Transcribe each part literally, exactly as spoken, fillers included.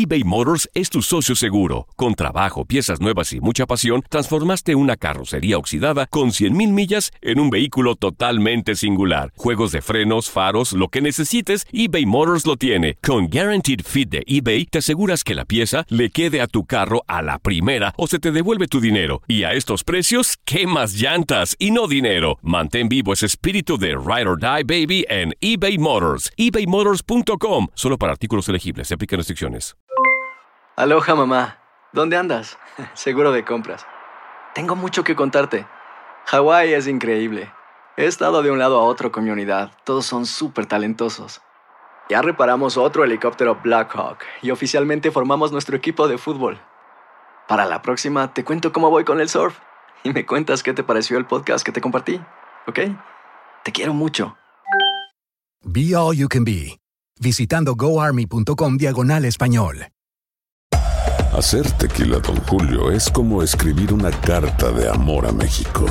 eBay Motors es tu socio seguro. Con trabajo, piezas nuevas y mucha pasión, transformaste una carrocería oxidada con cien mil millas en un vehículo totalmente singular. Juegos de frenos, faros, lo que necesites, eBay Motors lo tiene. Con Guaranteed Fit de eBay, te aseguras que la pieza le quede a tu carro a la primera o se te devuelve tu dinero. Y a estos precios, ¿qué más llantas y no dinero? Mantén vivo ese espíritu de Ride or Die, baby, en eBay Motors. ebay motors punto com. Solo para artículos elegibles. Se aplican restricciones. Aloha, mamá. ¿Dónde andas? Seguro de compras. Tengo mucho que contarte. Hawái es increíble. He estado de un lado a otro con mi unidad. Todos son súper talentosos. Ya reparamos otro helicóptero Blackhawk y oficialmente formamos nuestro equipo de fútbol. Para la próxima te cuento cómo voy con el surf y me cuentas qué te pareció el podcast que te compartí, ¿ok? Te quiero mucho. Be All You Can Be, visitando goarmy.com diagonal español. Hacer tequila Don Julio es como escribir una carta de amor a México.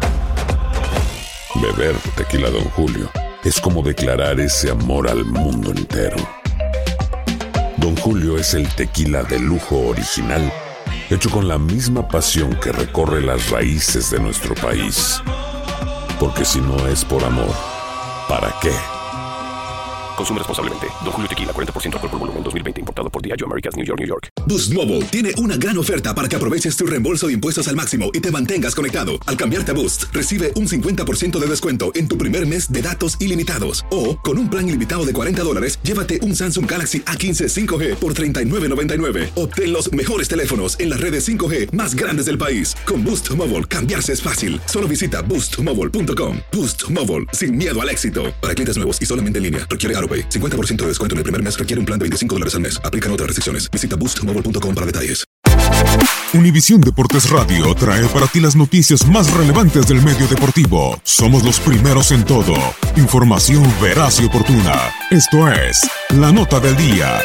Beber tequila Don Julio es como declarar ese amor al mundo entero. Don Julio es el tequila de lujo original, hecho con la misma pasión que recorre las raíces de nuestro país. Porque si no es por amor, ¿para qué? Consume responsablemente. Don Julio Tequila, cuarenta por ciento alcohol por volumen, dos mil veinte. Importado por Diageo Americas, New York, New York. Boost Mobile tiene una gran oferta para que aproveches tu reembolso de impuestos al máximo y te mantengas conectado. Al cambiarte a Boost, recibe un cincuenta por ciento de descuento en tu primer mes de datos ilimitados. O, con un plan ilimitado de cuarenta dólares, llévate un Samsung Galaxy A quince cinco G por treinta y nueve noventa y nueve. Obtén los mejores teléfonos en las redes cinco G más grandes del país. Con Boost Mobile, cambiarse es fácil. Solo visita boost mobile punto com. Boost Mobile, sin miedo al éxito. Para clientes nuevos y solamente en línea, requiere AutoPay. cincuenta por ciento de descuento en el primer mes, requiere un plan de veinticinco dólares al mes. Aplican otras restricciones. Visita boost mobile punto com para detalles. Univisión Deportes Radio trae para ti las noticias más relevantes del medio deportivo. Somos los primeros en todo. Información veraz y oportuna. Esto es La Nota del Día.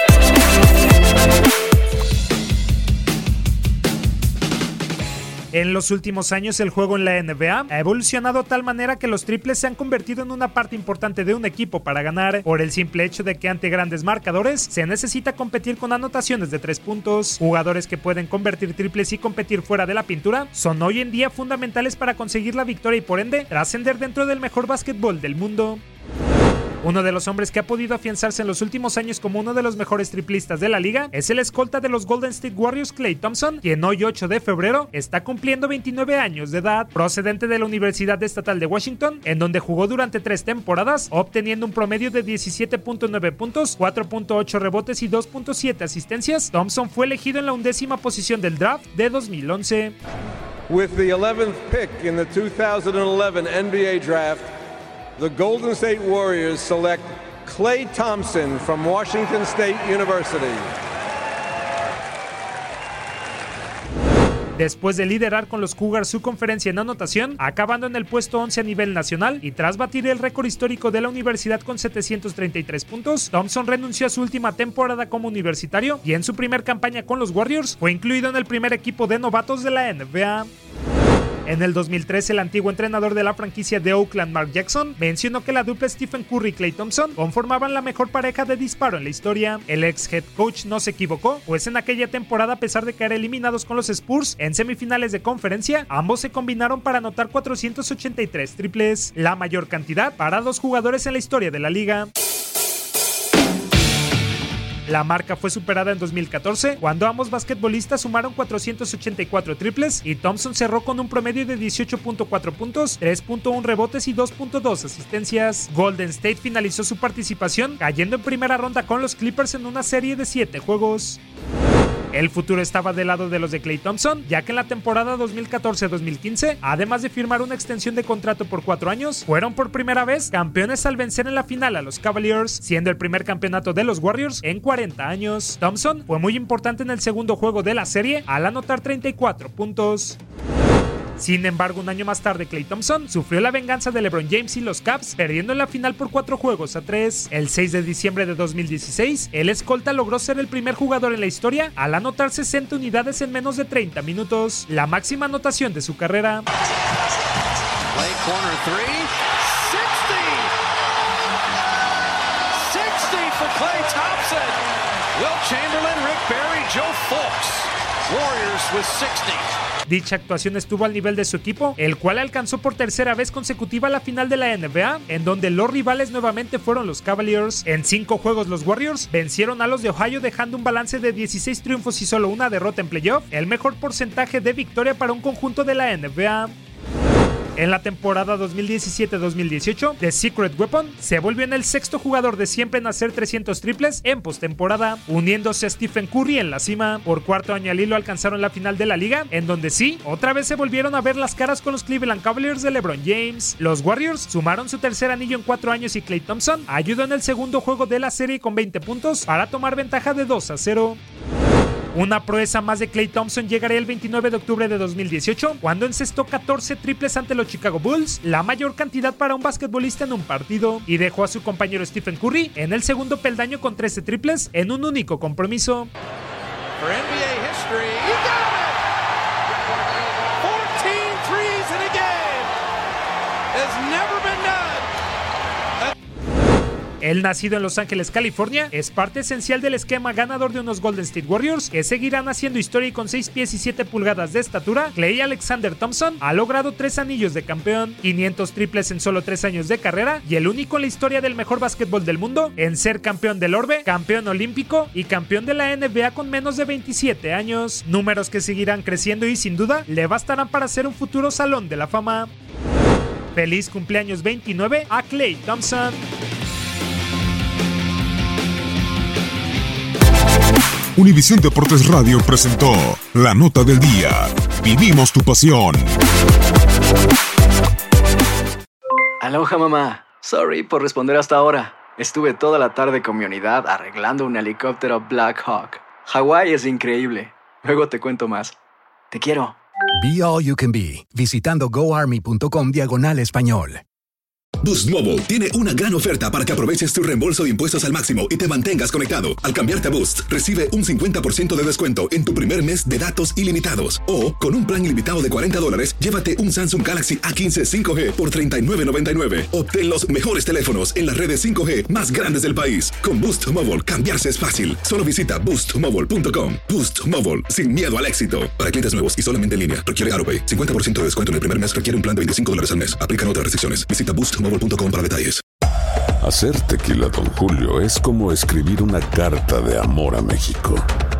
En los últimos años, el juego en la N B A ha evolucionado de tal manera que los triples se han convertido en una parte importante de un equipo para ganar, por el simple hecho de que ante grandes marcadores se necesita competir con anotaciones de tres puntos. Jugadores que pueden convertir triples y competir fuera de la pintura son hoy en día fundamentales para conseguir la victoria y por ende trascender dentro del mejor básquetbol del mundo. Uno de los hombres que ha podido afianzarse en los últimos años como uno de los mejores triplistas de la liga es el escolta de los Golden State Warriors, Klay Thompson, quien hoy ocho de febrero está cumpliendo veintinueve años de edad, procedente de la Universidad Estatal de Washington, en donde jugó durante tres temporadas, obteniendo un promedio de diecisiete punto nueve puntos, cuatro punto ocho rebotes y dos punto siete asistencias. Thompson fue elegido en la undécima posición del draft de dos mil once. With the eleventh pick in the two thousand eleven N B A draft, the Golden State Warriors select Klay Thompson from Washington State University. Después de liderar con los Cougars su conferencia en anotación, acabando en el puesto once a nivel nacional y tras batir el récord histórico de la universidad con setecientos treinta y tres puntos, Thompson renunció a su última temporada como universitario y en su primer campaña con los Warriors fue incluido en el primer equipo de novatos de la N B A. En el dos mil tres, el antiguo entrenador de la franquicia de Oakland, Mark Jackson, mencionó que la dupla Stephen Curry y Klay Thompson conformaban la mejor pareja de disparo en la historia. El ex head coach no se equivocó, pues en aquella temporada, a pesar de caer eliminados con los Spurs en semifinales de conferencia, ambos se combinaron para anotar cuatrocientos ochenta y tres triples, la mayor cantidad para dos jugadores en la historia de la liga. La marca fue superada en dos mil catorce, cuando ambos basquetbolistas sumaron cuatrocientos ochenta y cuatro triples y Thompson cerró con un promedio de dieciocho punto cuatro puntos, tres punto uno rebotes y dos punto dos asistencias. Golden State finalizó su participación cayendo en primera ronda con los Clippers en una serie de siete juegos. El futuro estaba del lado de los de Klay Thompson, ya que en la temporada dos mil catorce dos mil quince, además de firmar una extensión de contrato por cuatro años, fueron por primera vez campeones al vencer en la final a los Cavaliers, siendo el primer campeonato de los Warriors en cuarenta años. Thompson fue muy importante en el segundo juego de la serie al anotar treinta y cuatro puntos. Sin embargo, un año más tarde, Klay Thompson sufrió la venganza de LeBron James y los Cavs, perdiendo en la final por cuatro juegos a tres. El seis de diciembre de dos mil dieciséis, el escolta logró ser el primer jugador en la historia al anotar sesenta unidades en menos de treinta minutos, la máxima anotación de su carrera. Klay corner three, sixty! sixty for Klay Thompson! Wilt Chamberlain Chamberlain, Rick Barry, Joe Fultz. Warriors with sixty. Dicha actuación estuvo al nivel de su equipo, el cual alcanzó por tercera vez consecutiva la final de la N B A, en donde los rivales nuevamente fueron los Cavaliers. En cinco juegos los Warriors vencieron a los de Ohio, dejando un balance de dieciséis triunfos y solo una derrota en playoff, el mejor porcentaje de victoria para un conjunto de la N B A. En la temporada dos mil diecisiete dos mil dieciocho, The Secret Weapon se volvió en el sexto jugador de siempre en hacer trescientos triples en postemporada, uniéndose a Stephen Curry en la cima. Por cuarto año al hilo alcanzaron la final de la liga, en donde sí, otra vez se volvieron a ver las caras con los Cleveland Cavaliers de LeBron James. Los Warriors sumaron su tercer anillo en cuatro años y Klay Thompson ayudó en el segundo juego de la serie con veinte puntos para tomar ventaja de dos a cero. Una proeza más de Klay Thompson llegaría el veintinueve de octubre de dos mil dieciocho, cuando encestó catorce triples ante los Chicago Bulls, la mayor cantidad para un basquetbolista en un partido, y dejó a su compañero Stephen Curry en el segundo peldaño con trece triples en un único compromiso. For N B A history, you got it! fourteen threes in a game has never been done. El nacido en Los Ángeles, California, es parte esencial del esquema ganador de unos Golden State Warriors que seguirán haciendo historia, y con seis pies y siete pulgadas de estatura, Klay Alexander Thompson ha logrado tres anillos de campeón, quinientos triples en solo tres años de carrera, y el único en la historia del mejor básquetbol del mundo en ser campeón del orbe, campeón olímpico y campeón de la N B A con menos de veintisiete años. Números que seguirán creciendo y sin duda le bastarán para ser un futuro salón de la fama. Feliz cumpleaños veintinueve a Klay Thompson. Univisión Deportes Radio presentó la nota del día. Vivimos tu pasión. Aloha, mamá. Sorry por responder hasta ahora. Estuve toda la tarde con mi unidad arreglando un helicóptero Black Hawk. Hawái es increíble. Luego te cuento más. Te quiero. Be All You Can Be, visitando goarmy.com diagonal español. Boost Mobile tiene una gran oferta para que aproveches tu reembolso de impuestos al máximo y te mantengas conectado. Al cambiarte a Boost, recibe un cincuenta por ciento de descuento en tu primer mes de datos ilimitados. O, con un plan ilimitado de cuarenta dólares, llévate un Samsung Galaxy A quince cinco G por treinta y nueve noventa y nueve. Obtén los mejores teléfonos en las redes cinco G más grandes del país. Con Boost Mobile, cambiarse es fácil. Solo visita boost mobile punto com. Boost Mobile, sin miedo al éxito. Para clientes nuevos y solamente en línea, requiere AutoPay. cincuenta por ciento de descuento en el primer mes requiere un plan de veinticinco dólares al mes. Aplican otras restricciones. Visita boost mobile punto com para detalles. Hacer tequila Don Julio es como escribir una carta de amor a México.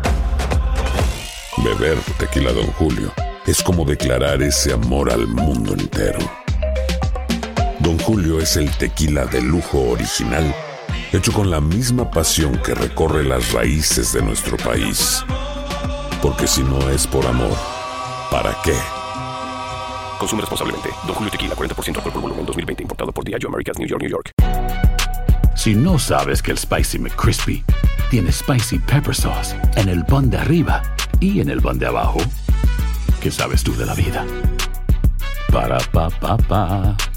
Beber tequila Don Julio es como declarar ese amor al mundo entero. Don Julio es el tequila de lujo original, hecho con la misma pasión que recorre las raíces de nuestro país. Porque si no es por amor, ¿para qué? Consume responsablemente. Don Julio Tequila, cuarenta por ciento alcohol por volumen, dos mil veinte, importado por Diageo Americas, New York, New York. Si no sabes que el Spicy McCrispy tiene Spicy Pepper Sauce en el pan de arriba y en el pan de abajo, ¿qué sabes tú de la vida? Para, pa, pa, pa.